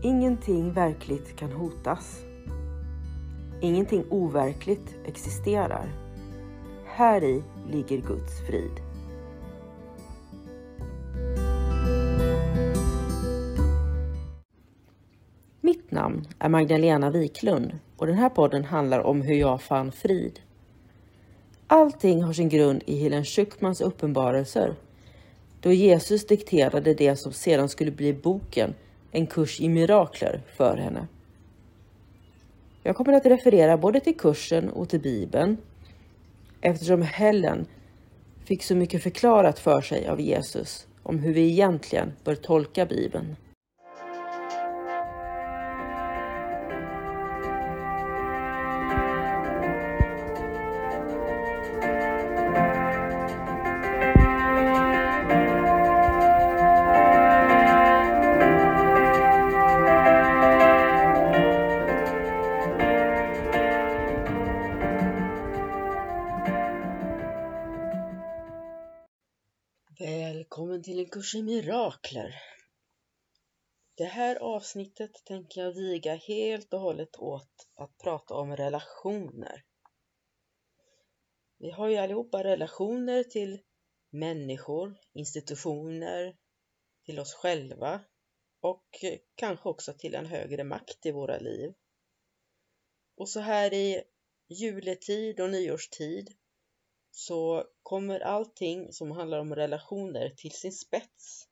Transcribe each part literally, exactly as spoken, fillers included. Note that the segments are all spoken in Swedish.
Ingenting verkligt kan hotas. Ingenting overkligt existerar. Här i ligger Guds frid. Mitt namn är Magdalena Wiklund och den här podden handlar om hur jag fann frid. Allting har sin grund i Helen Schuckmans uppenbarelser, då Jesus dikterade det som sedan skulle bli boken En kurs i mirakler för henne. Jag kommer att referera både till kursen och till Bibeln, eftersom Helen fick så mycket förklarat för sig av Jesus om hur vi egentligen bör tolka Bibeln. Välkommen till en kurs i mirakler. Det här avsnittet tänker jag viga helt och hållet åt att prata om relationer. Vi har ju allihopa relationer till människor, institutioner, till oss själva och kanske också till en högre makt i våra liv. Och så här i juletid och nyårstid så kommer allting som handlar om relationer till sin spets.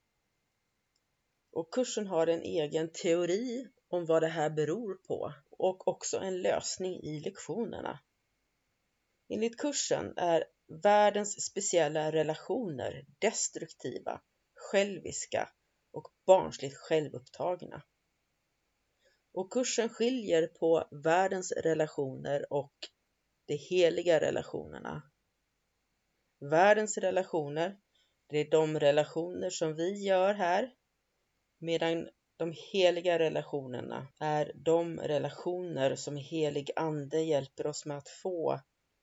Och kursen har en egen teori om vad det här beror på och också en lösning i lektionerna. Enligt kursen är världens speciella relationer destruktiva, själviska och barnsligt självupptagna. Och kursen skiljer på världens relationer och de heliga relationerna. Världens relationer, det är de relationer som vi gör här, medan de heliga relationerna är de relationer som helig ande hjälper oss med att få.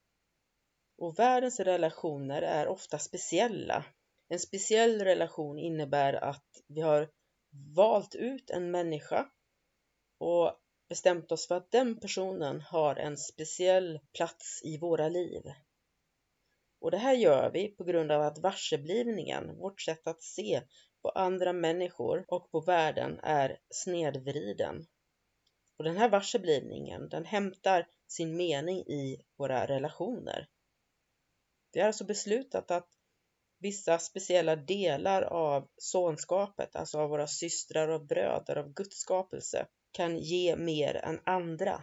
Och världens relationer är ofta speciella. En speciell relation innebär att vi har valt ut en människa och bestämt oss för att den personen har en speciell plats i våra liv. Och det här gör vi på grund av att varseblivningen, vårt sätt att se på andra människor och på världen, är snedvriden. Och den här varseblivningen, den hämtar sin mening i våra relationer. Vi har alltså beslutat att vissa speciella delar av sonskapet, alltså av våra systrar och bröder, av Guds skapelse, kan ge mer än andra.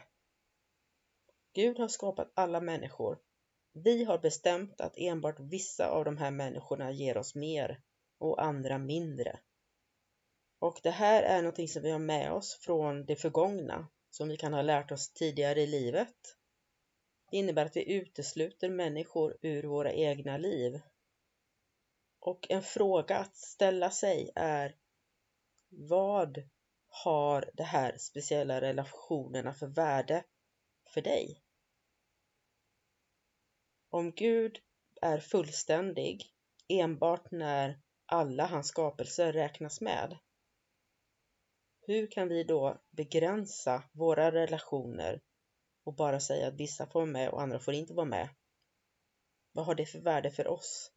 Gud har skapat alla människor. Vi har bestämt att enbart vissa av de här människorna ger oss mer och andra mindre. Och det här är något som vi har med oss från det förgångna, som vi kan ha lärt oss tidigare i livet. Det innebär att vi utesluter människor ur våra egna liv. Och en fråga att ställa sig är: vad har de här speciella relationerna för värde för dig? Om Gud är fullständig enbart när alla hans skapelser räknas med, hur kan vi då begränsa våra relationer och bara säga att vissa får vara med och andra får inte vara med? Vad har det för värde för oss?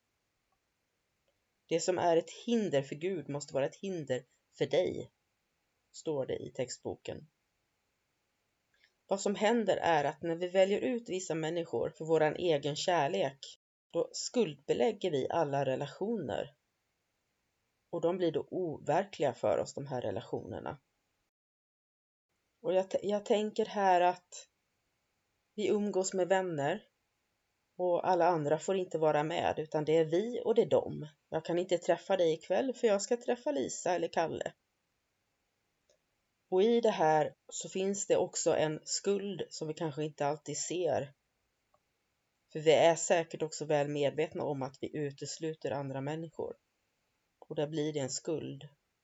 Det som är ett hinder för Gud måste vara ett hinder för dig, står det i textboken. Vad som händer är att när vi väljer ut vissa människor för vår egen kärlek, då skuldbelägger vi alla relationer. Och de blir då overkliga för oss, de här relationerna. Och jag, jag tänker här att vi umgås med vänner och alla andra får inte vara med, utan det är vi och det är dem. Jag kan inte träffa dig ikväll för jag ska träffa Lisa eller Kalle. Och i det här så finns det också en skuld som vi kanske inte alltid ser. För vi är säkert också väl medvetna om att vi utesluter andra människor. Och där blir det en skuld.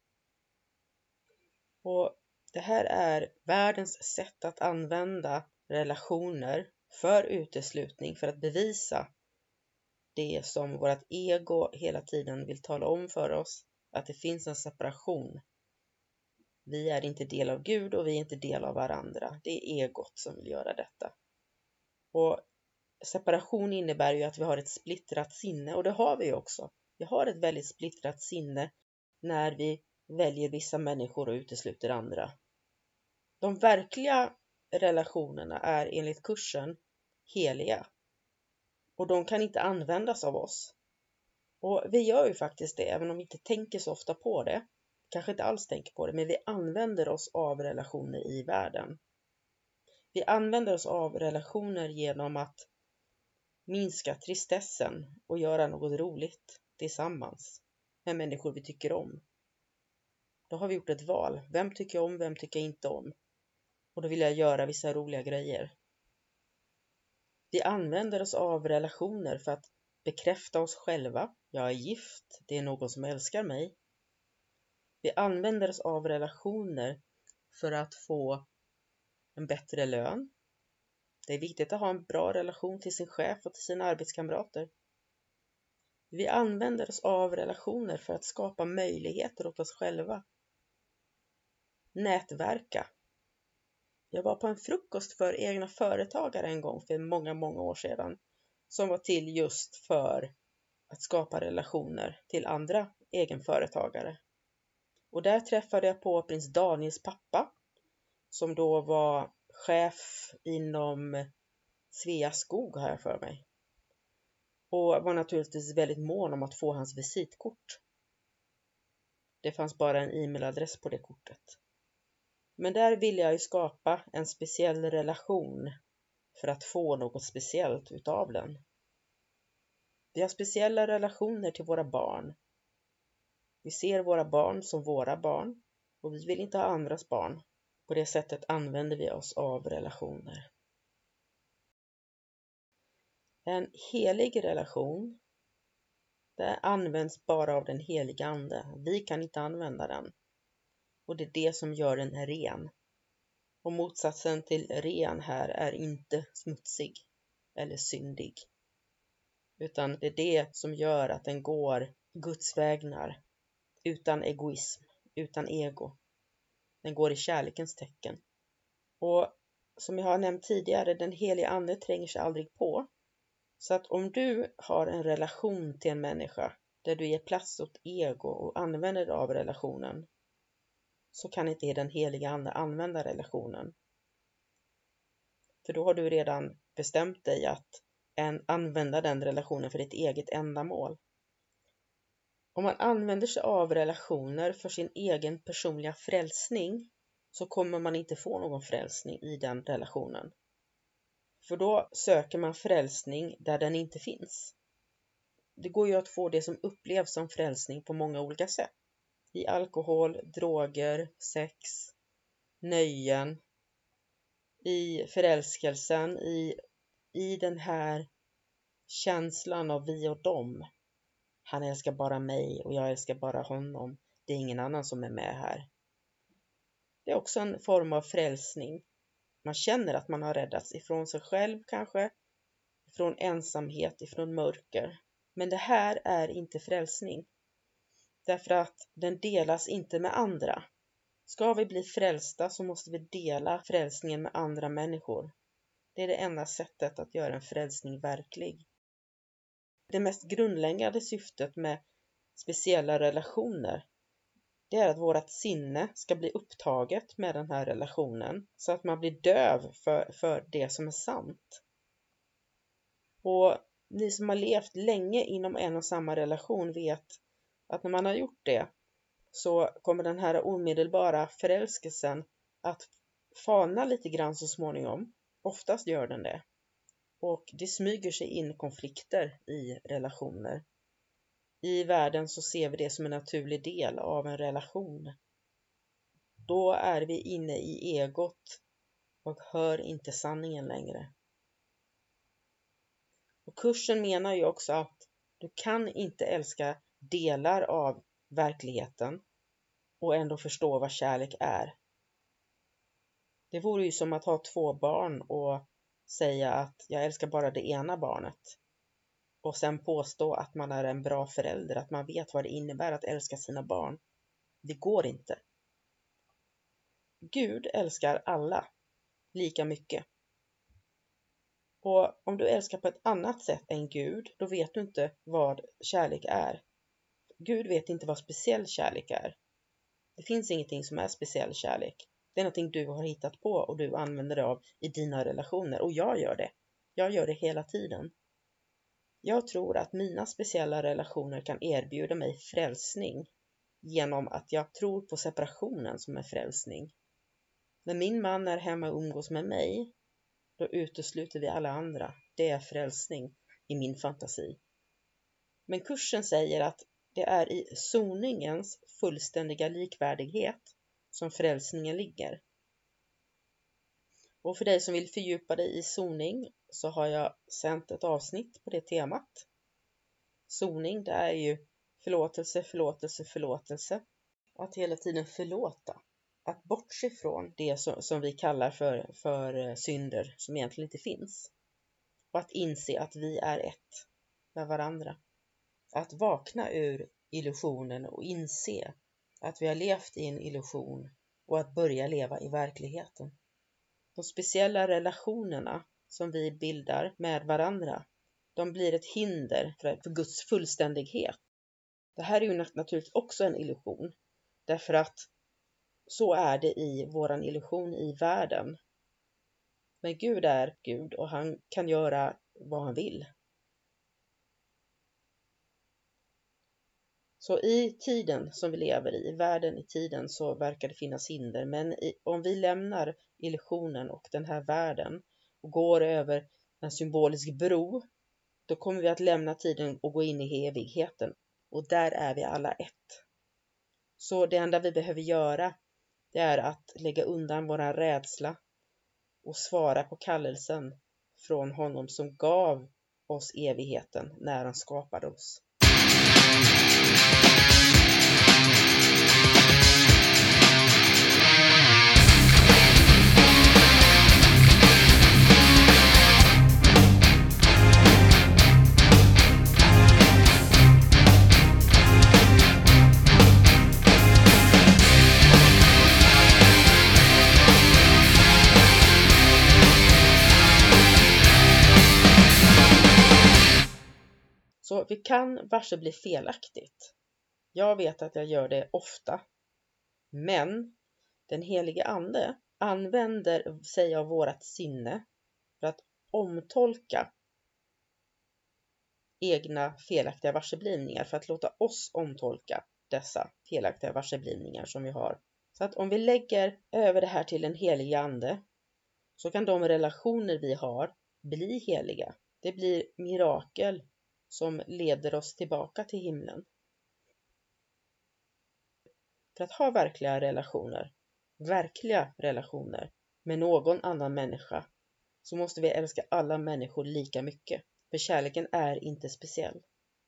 Och det här är världens sätt att använda relationer för uteslutning, för att bevisa det som vårt ego hela tiden vill tala om för oss, att det finns en separation. Vi är inte del av Gud och vi är inte del av varandra. Det är egot som vill göra detta. Och separation innebär ju att vi har ett splittrat sinne, och det har vi ju också. Vi har ett väldigt splittrat sinne när vi väljer vissa människor och utesluter andra. De verkliga relationerna är enligt kursen heliga. Och de kan inte användas av oss. Och vi gör ju faktiskt det, även om vi inte tänker så ofta på det. Kanske inte alls tänker på det, men vi använder oss av relationer i världen. Vi använder oss av relationer genom att minska tristessen och göra något roligt tillsammans med människor vi tycker om. Då har vi gjort ett val. Vem tycker jag om, vem tycker jag inte om? Och då vill jag göra vissa roliga grejer. Vi använder oss av relationer för att bekräfta oss själva. Jag är gift, det är någon som älskar mig. Vi använder oss av relationer för att få en bättre lön. Det är viktigt att ha en bra relation till sin chef och till sina arbetskamrater. Vi använder oss av relationer för att skapa möjligheter åt oss själva. Nätverka. Jag var på en frukost för egna företagare en gång för många, många år sedan. Som var till just för att skapa relationer till andra egenföretagare. Och där träffade jag på prins Daniels pappa. Som då var chef inom Sveaskog, har jag för mig. Och var naturligtvis väldigt mån om att få hans visitkort. Det fanns bara en e-mailadress på det kortet. Men där ville jag ju skapa en speciell relation för att få något speciellt utav den. Vi har speciella relationer till våra barn. Vi ser våra barn som våra barn och vi vill inte ha andras barn. På det sättet använder vi oss av relationer. En helig relation, det används bara av den heliga ande. Vi kan inte använda den. Och det är det som gör den ren. Och motsatsen till ren här är inte smutsig eller syndig. Utan det är det som gör att den går Guds vägnar. Utan egoism, utan ego. Den går i kärlekens tecken. Och som jag har nämnt tidigare, den heliga ande tränger sig aldrig på. Så att om du har en relation till en människa där du ger plats åt ego och använder av relationen, så kan inte den heliga ande använda relationen. För då har du redan bestämt dig att en, använda den relationen för ditt eget ändamål. Om man använder sig av relationer för sin egen personliga frälsning, så kommer man inte få någon frälsning i den relationen. För då söker man frälsning där den inte finns. Det går ju att få det som upplevs som frälsning på många olika sätt. I alkohol, droger, sex, nöjen, i förälskelsen, i, i den här känslan av vi och dem. Han älskar bara mig och jag älskar bara honom. Det är ingen annan som är med här. Det är också en form av frälsning. Man känner att man har räddats ifrån sig själv kanske, ifrån ensamhet, ifrån mörker. Men det här är inte frälsning. Därför att den delas inte med andra. Ska vi bli frälsta så måste vi dela frälsningen med andra människor. Det är det enda sättet att göra en frälsning verklig. Det mest grundläggande syftet med speciella relationer, det är att vårt sinne ska bli upptaget med den här relationen. Så att man blir döv för, för det som är sant. Och ni som har levt länge inom en och samma relation vet att när man har gjort det, så kommer den här omedelbara förälskelsen att fana lite grann så småningom. Oftast gör den det. Och det smyger sig in konflikter i relationer. I världen så ser vi det som en naturlig del av en relation. Då är vi inne i egot och hör inte sanningen längre. Och kursen menar ju också att du kan inte älska delar av verkligheten och ändå förstå vad kärlek är. Det vore ju som att ha två barn och säga att jag älskar bara det ena barnet. Och sen påstå att man är en bra förälder, att man vet vad det innebär att älska sina barn. Det går inte. Gud älskar alla lika mycket. Och om du älskar på ett annat sätt än Gud, då vet du inte vad kärlek är. Gud vet inte vad speciell kärlek är. Det finns ingenting som är speciell kärlek. Det är någonting du har hittat på och du använder det av i dina relationer. Och jag gör det. Jag gör det hela tiden. Jag tror att mina speciella relationer kan erbjuda mig frälsning genom att jag tror på separationen som är frälsning. När min man är hemma och umgås med mig, då utesluter vi alla andra. Det är frälsning i min fantasi. Men kursen säger att det är i soningens fullständiga likvärdighet som frälsningen ligger. Och för dig som vill fördjupa dig i soning så har jag sänt ett avsnitt på det temat. Soning, det är ju förlåtelse, förlåtelse, förlåtelse. Att hela tiden förlåta. Att bortse från det som vi kallar för, för synder som egentligen inte finns. Och att inse att vi är ett med varandra. Att vakna ur illusionen och inse att vi har levt i en illusion och att börja leva i verkligheten. De speciella relationerna som vi bildar med varandra, de blir ett hinder för, för Guds fullständighet. Det här är ju naturligtvis också en illusion, därför att så är det i våran illusion i världen. Men Gud är Gud och han kan göra vad han vill. Så i tiden som vi lever i, i världen i tiden, så verkar det finnas hinder. Men i, om vi lämnar illusionen och den här världen och går över en symbolisk bro, då kommer vi att lämna tiden och gå in i evigheten. Och där är vi alla ett. Så det enda vi behöver göra, det är att lägga undan våran rädsla och svara på kallelsen från honom som gav oss evigheten när han skapade oss. Så vi kan varse bli felaktigt. Jag vet att jag gör det ofta. Men den helige ande använder sig av vårat sinne för att omtolka egna felaktiga varseblivningar. För att låta oss omtolka dessa felaktiga varseblivningar som vi har. Så att om vi lägger över det här till den helige ande, så kan de relationer vi har bli heliga. Det blir mirakel som leder oss tillbaka till himlen. För att ha verkliga relationer, verkliga relationer med någon annan människa, så måste vi älska alla människor lika mycket. För kärleken är inte speciell.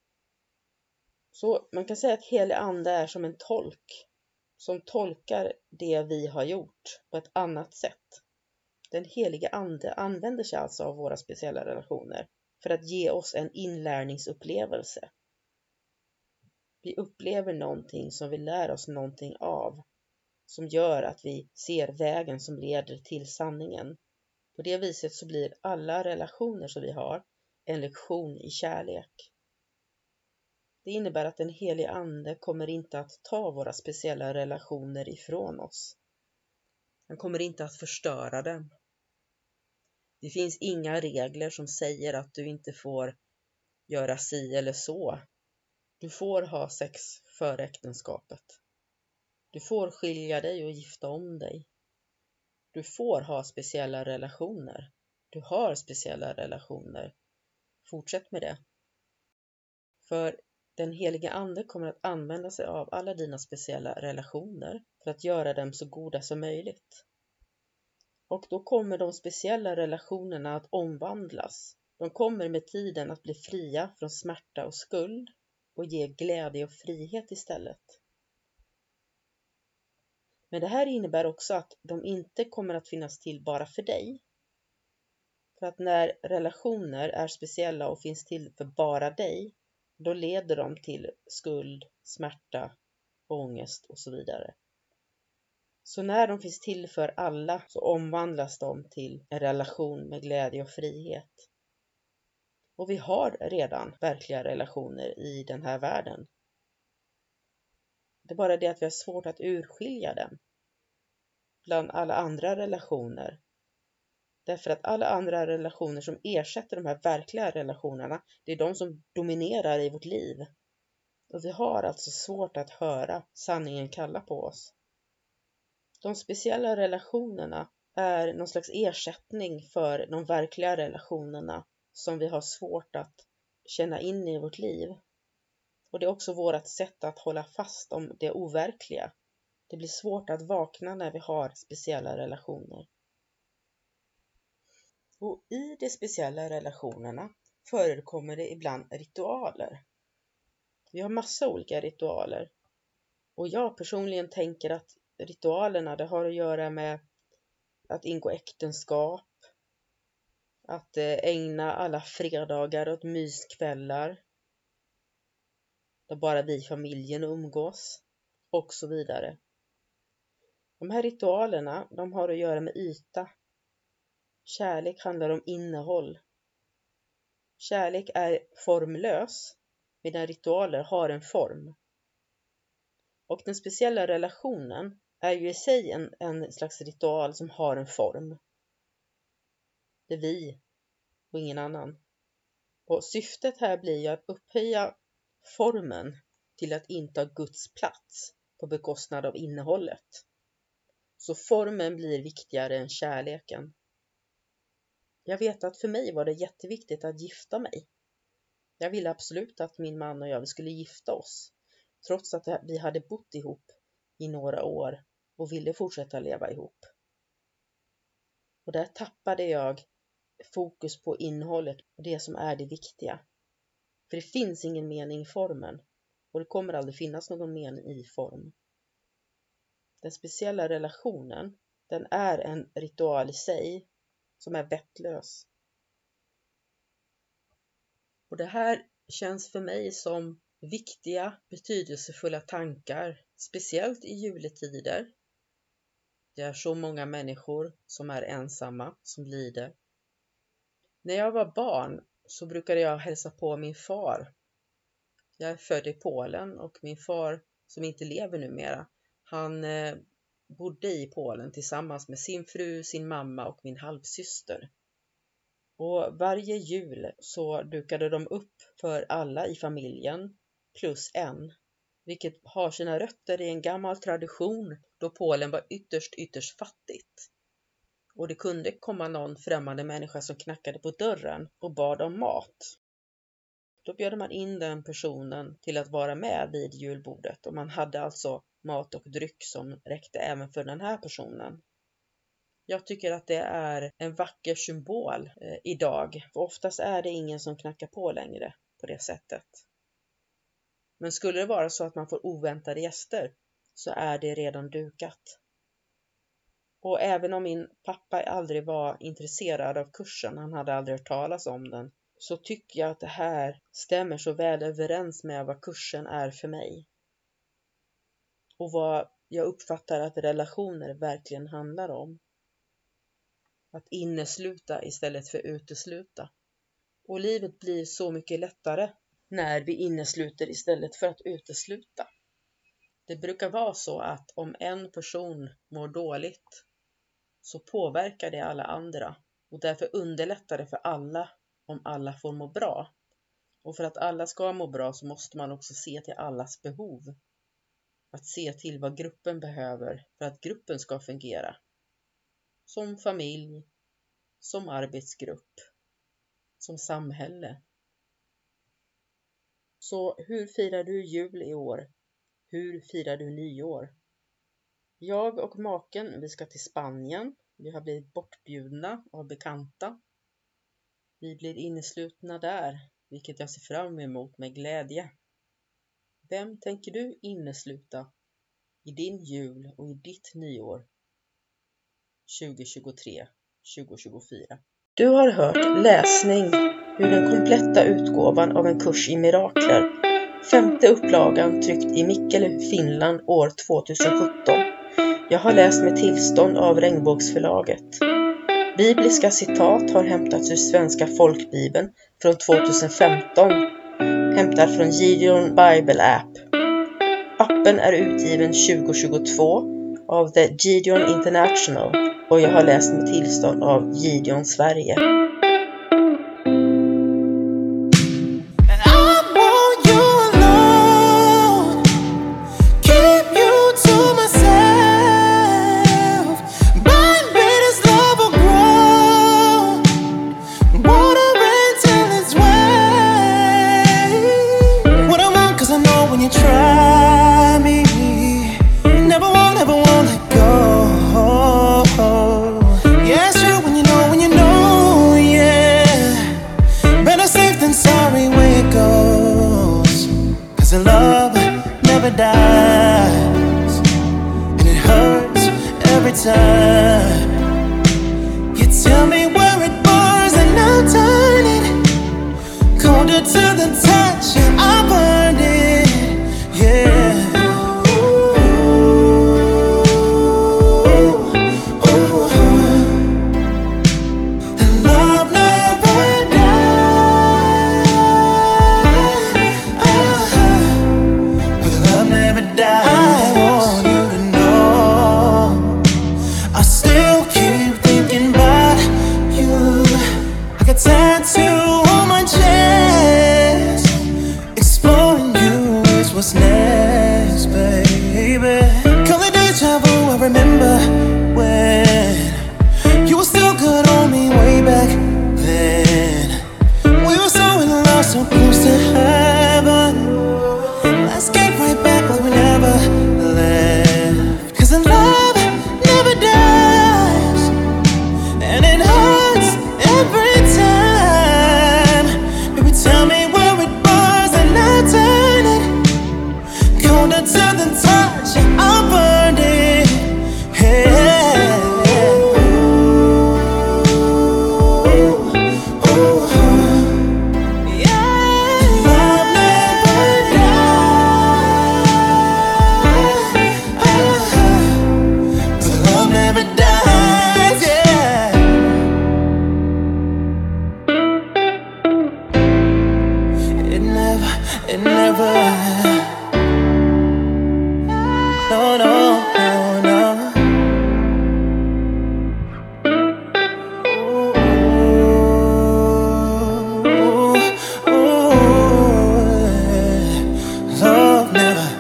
Så man kan säga att helig ande är som en tolk som tolkar det vi har gjort på ett annat sätt. Den helige ande använder sig alltså av våra speciella relationer för att ge oss en inlärningsupplevelse. Vi upplever någonting som vi lär oss någonting av, som gör att vi ser vägen som leder till sanningen. På det viset så blir alla relationer som vi har en lektion i kärlek. Det innebär att den helige ande kommer inte att ta våra speciella relationer ifrån oss. Han kommer inte att förstöra dem. Det finns inga regler som säger att du inte får göra si eller så. Du får ha sex före äktenskapet. Du får skilja dig och gifta om dig. Du får ha speciella relationer. Du har speciella relationer. Fortsätt med det. För den helige ande kommer att använda sig av alla dina speciella relationer för att göra dem så goda som möjligt. Och då kommer de speciella relationerna att omvandlas. De kommer med tiden att bli fria från smärta och skuld och ge glädje och frihet istället. Men det här innebär också att de inte kommer att finnas till bara för dig. För att när relationer är speciella och finns till för bara dig, då leder de till skuld, smärta, ångest och så vidare. Så när de finns till för alla så omvandlas de till en relation med glädje och frihet. Och vi har redan verkliga relationer i den här världen. Det är bara det att vi har svårt att urskilja dem bland alla andra relationer. Därför att alla andra relationer som ersätter de här verkliga relationerna, det är de som dominerar i vårt liv. Och vi har alltså svårt att höra sanningen kalla på oss. De speciella relationerna är någon slags ersättning för de verkliga relationerna som vi har svårt att känna in i vårt liv. Och det är också vårt sätt att hålla fast om det overkliga. Det blir svårt att vakna när vi har speciella relationer. Och i de speciella relationerna förekommer det ibland ritualer. Vi har massa olika ritualer. Och jag personligen tänker att ritualerna det har att göra med att ingå äktenskap. Att ägna alla fredagar åt myskvällar. Där bara vi familjen umgås. Och så vidare. De här ritualerna de har att göra med yta. Kärlek handlar om innehåll. Kärlek är formlös. Medan ritualer har en form. Och den speciella relationen är ju i sig en, en slags ritual som har en form. Det är vi och ingen annan. Och syftet här blir ju att upphöja formen till att inta Guds plats på bekostnad av innehållet. Så formen blir viktigare än kärleken. Jag vet att för mig var det jätteviktigt att gifta mig. Jag ville absolut att min man och jag skulle gifta oss. Trots att vi hade bott ihop i några år och ville fortsätta leva ihop. Och där tappade jag fokus på innehållet och det som är det viktiga. För det finns ingen mening i formen. Och det kommer aldrig finnas någon mening i form. Den speciella relationen, den är en ritual i sig som är vettlös. Och det här känns för mig som viktiga, betydelsefulla tankar, speciellt i juletider. Det är så många människor som är ensamma, som lider. När jag var barn så brukade jag hälsa på min far. Jag är född i Polen och min far, som inte lever numera, han eh, bodde i Polen tillsammans med sin fru, sin mamma och min halvsyster. Och varje jul så dukade de upp för alla i familjen plus en. Vilket har sina rötter i en gammal tradition då Polen var ytterst ytterst fattigt. Och det kunde komma någon främmande människa som knackade på dörren och bad om mat. Då bjöd man in den personen till att vara med vid julbordet. Och man hade alltså mat och dryck som räckte även för den här personen. Jag tycker att det är en vacker symbol eh, idag. För oftast är det ingen som knackar på längre på det sättet. Men skulle det vara så att man får oväntade gäster så är det redan dukat. Och även om min pappa aldrig var intresserad av kursen, han hade aldrig hört talas om den, så tycker jag att det här stämmer så väl överens med vad kursen är för mig. Och vad jag uppfattar att relationer verkligen handlar om. Att innesluta istället för utesluta. Och livet blir så mycket lättare när vi innesluter istället för att utesluta. Det brukar vara så att om en person mår dåligt så påverkar det alla andra. Och därför underlättar det för alla om alla får må bra. Och för att alla ska må bra så måste man också se till allas behov. Att se till vad gruppen behöver för att gruppen ska fungera. Som familj, som arbetsgrupp, som samhälle. Så hur firar du jul i år? Hur firar du nyår? Jag och maken, vi ska till Spanien. Vi har blivit bortbjudna av bekanta. Vi blir inneslutna där, vilket jag ser fram emot med glädje. Vem tänker du innesluta i din jul och i ditt nyår tjugo tjugotre tjugo tjugofyra? Du har hört läsning ur den kompletta utgåvan av en kurs i mirakler. Femte upplagan tryckt i Mikkeli, Finland år tvåtusensjutton. Jag har läst med tillstånd av Regnbågsförlaget. Bibliska citat har hämtats ur Svenska folkbibeln från tjugohundrafemton, hämtad från Gideon Bible App. Appen är utgiven tjugohundratjugotvå av The Gideon International och jag har läst med tillstånd av Gideon Sverige. Love never dies, and it hurts every time. You tell me where it bars, and I'll turn it colder to the touch, and I burned it, yeah. Tattoo on my chest, exploring you is what's next, baby. Call it deja vu, I remember when you were still good on me way back then. We were so in love, so close to heaven. Let's get right back like we never left. Cause the love never dies, and it hurts every time. Tell me where it bars, and I turn it colder to the touch, and I burned it, yeah. Ooh, ooh, yeah. Love never dies, but love never dies, yeah. It never, it never, no, no, no, no. Ooh, ooh, love never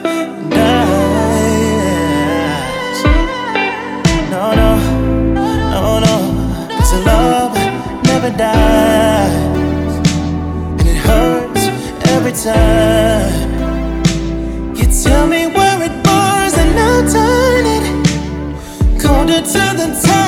dies. No, no, no, no. 'Cause love never dies, and it hurts every time. You tell me where it bars, and I'll turn it colder to the touch.